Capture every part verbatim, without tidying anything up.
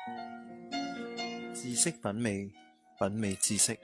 知識品味，品味知識。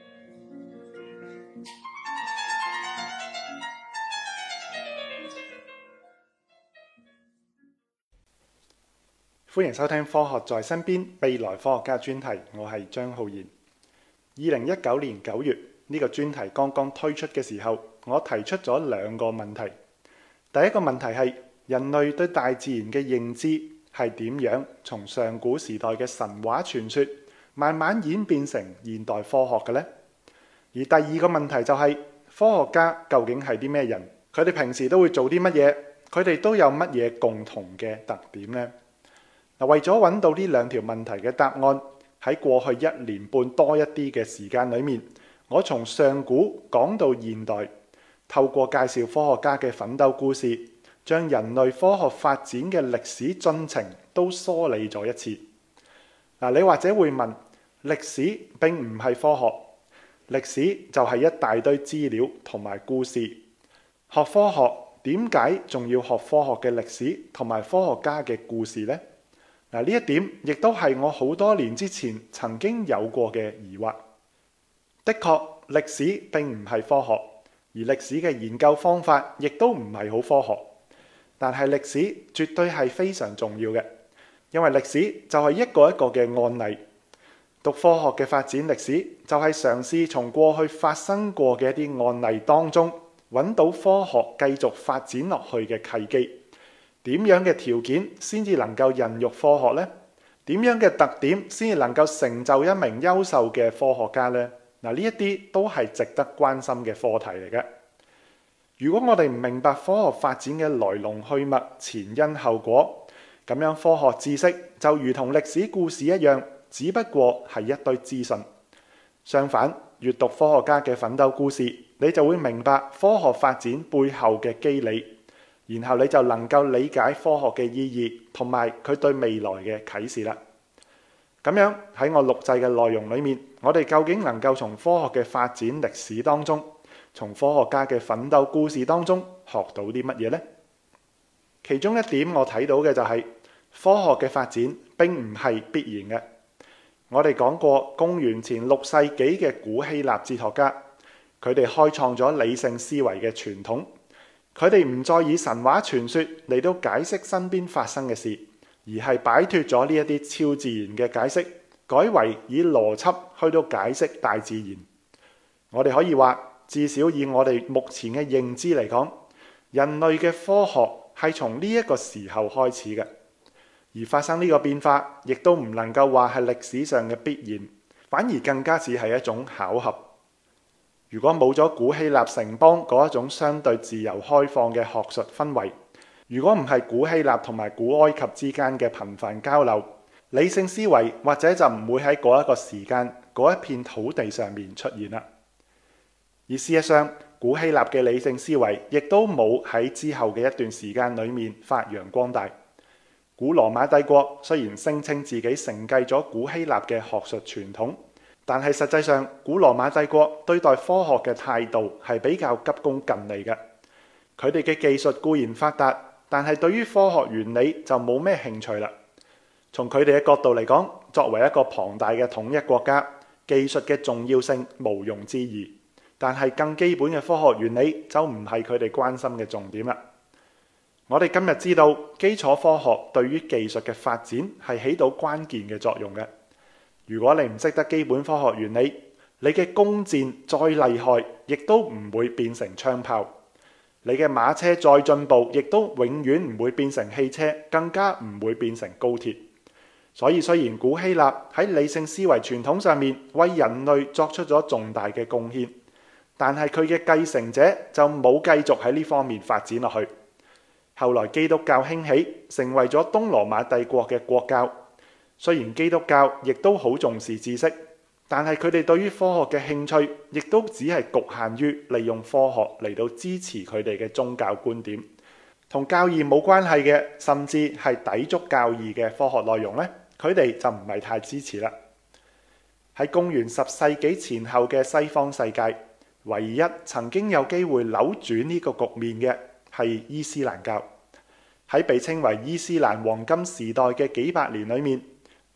歡迎收聽《科學在身邊》未來科學家專題，我係張浩然。二零一九年九月呢個專題剛剛推出嘅時候，我提出咗兩個問題。第一個問題係人類對大自然嘅認知係點樣從上古時代嘅神話傳說慢慢演變成現代科學嘅呢？而第二個問題就係科學家究竟係啲咩人？佢哋平時都會做啲乜嘢？佢哋都有乜嘢共同嘅特點呢？嗱，為咗揾到呢兩條問題嘅答案，喺過去一年半多一啲嘅時間裏面，我從上古講到現代，透過介紹科學家嘅奮鬥故事，將人類科學發展嘅歷史進程都梳理咗一次。嗱，你或者會問，歷史並唔係科學，歷史就係一大堆資料同埋故事。學科學點解仲要學科學嘅歷史同埋科學家嘅故事呢？嗱，呢一點亦都係我好多年之前曾經有過嘅疑惑。的確，歷史並唔係科學，而歷史嘅研究方法亦都唔係好科學。但係歷史絕對係非常重要嘅，因為歷史就係一個一個嘅案例。讀科學嘅發展歷史，就係嘗試從過去發生過嘅一啲案例當中，揾到科學繼續發展落去嘅契機。點樣嘅條件先至能夠孕育科學呢？點樣嘅特點先至能夠成就一名優秀嘅科學家呢？嗱，呢一啲都係值得關心嘅課題嚟嘅。如果我哋唔明白科學發展嘅來龍去脈、前因後果，咁樣科學知識就如同歷史故事一樣，只不過係一堆資訊。相反，閱讀科學家嘅奮鬥故事，你就會明白科學發展背後嘅機理。然後你就能夠理解科學嘅意義同埋佢對未來嘅啟示啦。咁樣喺我錄製嘅內容裏面，我哋究竟能夠從科學嘅發展歷史當中，從科學家嘅奮鬥故事當中學到啲乜嘢呢？其中一點我睇到嘅就係科學嘅發展並唔係必然嘅。我哋講過公元前六世紀嘅古希臘哲學家，佢哋開創咗理性思維嘅傳統。佢哋唔再以神話傳說嚟到解釋身邊發生嘅事，而係擺脫咗呢一啲超自然嘅解釋，改為以邏輯去到解釋大自然。我哋可以話，至少以我哋目前嘅認知嚟講，人類嘅科學係從呢一個時候開始嘅，而發生呢個變化，亦都唔能夠話係歷史上嘅必然，反而更加似係一種巧合。如果冇咗古希臘城邦嗰一種相對自由開放嘅學術氛圍，如果唔係古希臘同埋古埃及之間嘅頻繁交流，理性思維或者就唔會喺嗰一個時間嗰一片土地上面出現啦。而事實上，古希臘嘅理性思維亦都冇喺之後嘅一段時間裡面發揚光大。古羅馬帝國雖然聲稱自己承繼咗古希臘嘅學術傳統，但係實際上，古羅馬帝國對待科學嘅態度係比較急功近利嘅。佢哋嘅技術固然發達，但係對於科學原理就冇咩興趣啦。從佢哋嘅角度嚟講，作為一個龐大嘅統一國家，技術嘅重要性毋庸置疑。但係更基本嘅科學原理就唔係佢哋關心嘅重點啦。我哋今日知道，基礎科學對於技術嘅發展係起到關鍵嘅作用嘅。如果你唔識得基本科學原理，你嘅弓箭再厲害，亦都唔會變成槍炮；你嘅馬車再進步，亦都永遠唔會變成汽車，更加唔會變成高鐵。所以雖然古希臘喺理性思維傳統上面為人類作出咗重大嘅貢獻，但係佢嘅繼承者就冇繼續喺呢方面發展落去。後來基督教興起，成為咗東羅馬帝國嘅國教。雖然基督教亦都好重視知識，但係佢哋對於科學嘅興趣，亦都只係局限於利用科學嚟到支持佢哋嘅宗教觀點。同教義冇關係嘅，甚至係抵觸教義嘅科學內容呢，佢哋就唔係太支持啦。喺公元十世紀前後嘅西方世界，唯一曾經有機會扭轉呢個局面嘅係伊斯蘭教。喺被稱為伊斯蘭黃金時代嘅幾百年裏面，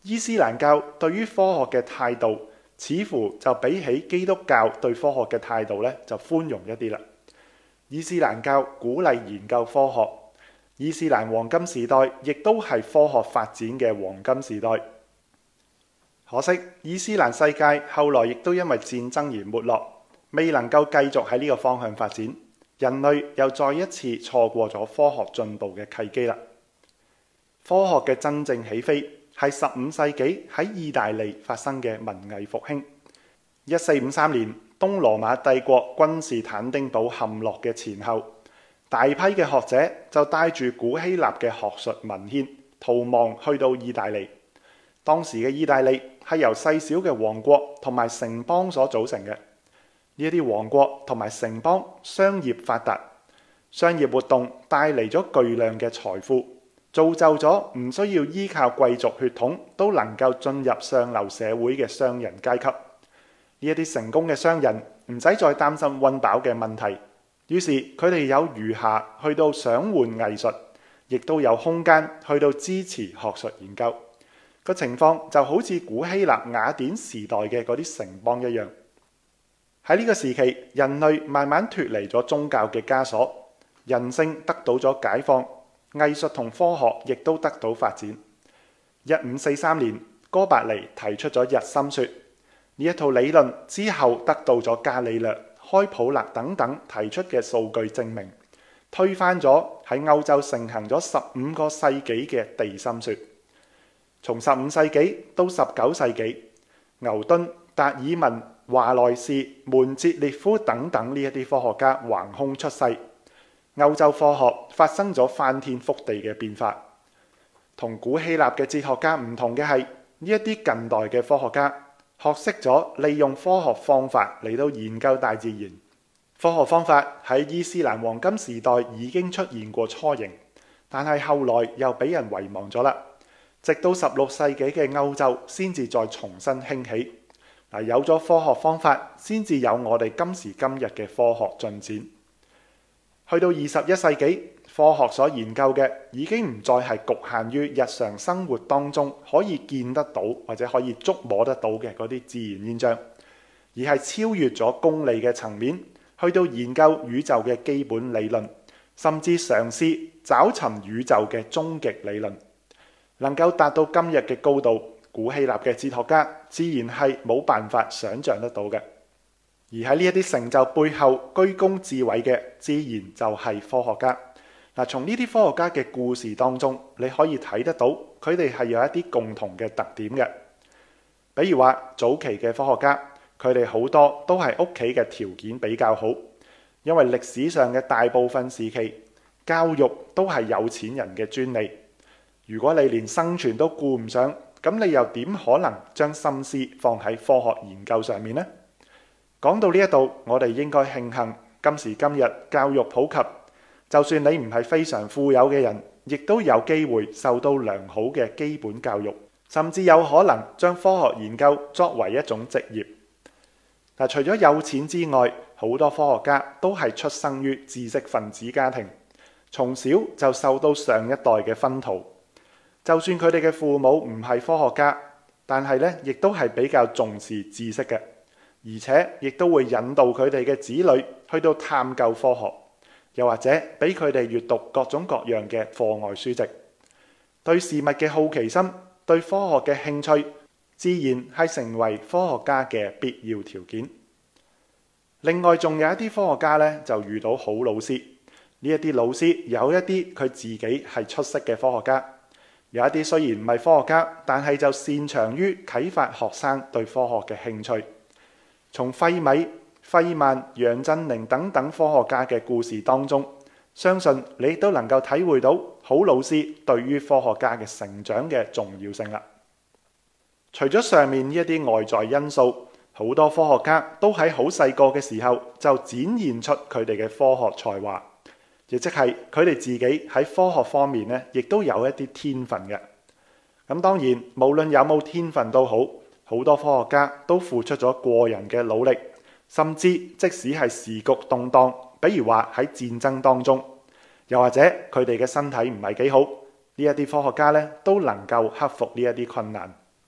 伊斯蘭教對於科學嘅態度，似乎就比起基督教對科學嘅態度咧就寬容一啲啦。伊斯蘭教鼓勵研究科學，伊斯蘭黃金時代亦都係科學發展嘅黃金時代。可惜伊斯蘭世界後來亦都因為戰爭而沒落，未能夠繼續喺呢個方向發展，人類又再一次錯過咗科學進步嘅契機啦。科學嘅真正起飛係十五世紀喺意大利發生嘅文藝復興。一四五三年，東羅馬帝國君士坦丁堡陷落嘅前後，大批嘅學者就帶住古希臘嘅學術文獻逃亡去到意大利。當時嘅意大利係由細小嘅王國同埋城邦所組成嘅。呢一啲王國同埋城邦商業發達，商業活動帶嚟咗巨量嘅財富，造就咗唔需要依靠貴族血統都能夠進入上流社會嘅商人階級。呢一啲成功嘅商人唔使再擔心溫飽嘅問題，於是佢哋有餘暇去到賞玩藝術，亦都有空間去到支持學術研究。個情況就好似古希臘雅典時代嘅嗰啲城邦一樣。喺呢個時期，人類慢慢脫離咗宗教嘅枷鎖，人性得到咗解放，藝術同科學亦都得到發展。一五四三年，哥白尼提出咗日心說，呢一套理論之後得到咗伽利略、開普勒等等提出嘅數據證明，推翻咗喺歐洲盛行咗十五個世紀嘅地心說。從十五世紀到十九世紀，牛頓、達爾文、華萊士、門捷列夫等等呢一啲科學家橫空出世，歐洲科學發生咗翻天覆地嘅變化。同古希臘嘅哲學家唔同嘅係，呢一啲近代嘅科學家學識咗利用科學方法嚟到研究大自然。科學方法喺伊斯蘭黃金時代已經出現過雛形，但係後來又俾人遺忘咗啦。直到十六世紀嘅歐洲先至再重新興起。嗱，有咗科學方法，先至有我哋今時今日嘅科學進展。去到二十一世紀，科學所研究嘅已經唔再係局限於日常生活當中可以見得到或者可以觸摸得到嘅嗰啲自然現象，而係超越咗功利嘅層面，去到研究宇宙嘅基本理論，甚至嘗試找尋宇宙嘅終極理論。能夠達到今日嘅高度，古希臘嘅哲學家自然係冇辦法想像得到嘅。而喺呢一啲成就背後居功至偉嘅，自然就係科學家。嗱，從呢啲科學家嘅故事當中，你可以睇得到佢哋係有一啲共同嘅特點嘅。比如話早期嘅科學家，佢哋好多都係屋企嘅條件比較好，因為歷史上嘅大部分時期，教育都係有錢人嘅專利。如果你連生存都顧唔上，咁你又點可能將心思放喺科學研究上面呢？講到呢一度，我哋應該慶幸今時今日教育普及，就算你唔係非常富有嘅人，亦都有機會受到良好嘅基本教育，甚至有可能將科學研究作為一種職業。嗱，除咗有錢之外，好多科學家都係出生於知識分子家庭，從小就受到上一代嘅薰陶。就算佢哋嘅父母唔係科學家，但係咧亦都係比較重視知識嘅，而且亦都會引導佢哋嘅子女去到探究科學，又或者俾佢哋閱讀各種各樣嘅課外書籍。對事物嘅好奇心，對科學嘅興趣，自然係成為科學家嘅必要條件。另外仲有一啲科學家咧就遇到好老師，呢一啲老師有一啲佢自己係出色嘅科學家。有一啲雖然唔係科學家，但係就擅長於啟發學生對科學嘅興趣。從費米、費曼、楊振寧等等科學家嘅故事當中，相信你都能夠體會到好老師對於科學家嘅成長嘅重要性啦。除咗上面呢一啲外在因素，好多科學家都喺好細個嘅時候就展現出佢哋嘅科學才華。亦即係佢哋自己喺科學方面咧，亦都有一啲天分嘅。咁當然，無論有冇天分都好，好多科學家都付出咗過人嘅努力，甚至即使係時局動盪，比如話喺戰爭當中，又或者佢哋嘅身體唔係幾好，呢一啲科學家咧都能夠克服呢一啲困難。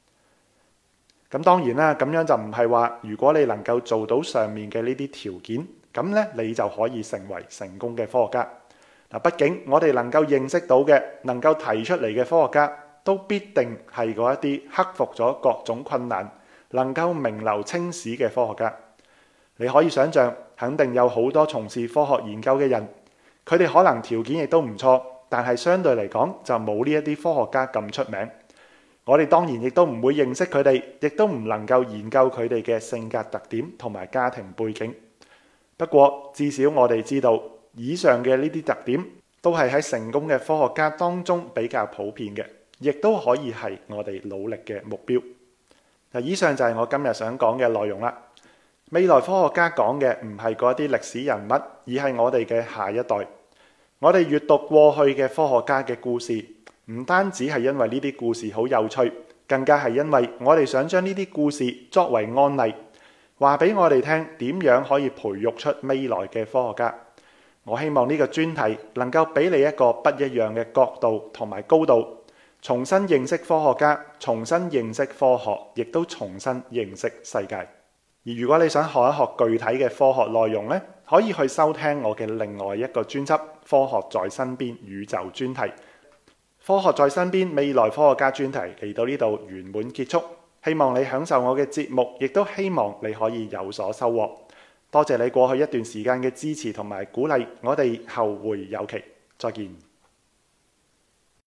咁當然啦，咁樣就唔係話如果你能夠做到上面嘅呢啲條件，咁呢你就可以成為成功嘅科學家。嗱，畢竟我哋能夠認識到嘅、能夠提出嚟嘅科學家，都必定係嗰一啲克服咗各種困難、能夠名留青史嘅科學家。你可以想象，肯定有好多從事科學研究嘅人，佢哋可能條件亦都唔錯，但係相對嚟講就冇呢一啲科學家咁出名。我哋當然亦都唔會認識佢哋，亦都唔能夠研究佢哋嘅性格特點同埋家庭背景。不過至少我哋知道，以上嘅呢啲特點都係喺成功嘅科學家當中比較普遍嘅，亦都可以係我哋努力嘅目標。嗱，以上就係我今日想講嘅內容啦。未來科學家講嘅唔係嗰啲歷史人物，而係我哋嘅下一代。我哋閱讀過去嘅科學家嘅故事，唔單止係因為呢啲故事好有趣，更加係因為我哋想將呢啲故事作為案例，話俾我哋聽點樣可以培育出未來嘅科學家。我希望呢個專題能夠俾你一個不一樣嘅角度同埋高度，重新認識科學家，重新認識科學，亦都重新認識世界。而如果你想學一學具體嘅科學內容呢，可以去收聽我嘅另外一個專輯《科學在身邊宇宙專題》。科學在身邊未來科學家專題嚟到呢度圓滿結束，希望你享受我嘅節目，亦都希望你可以有所收穫。多謝你過去一段時間嘅支持同埋鼓勵，我哋後會有期，再見。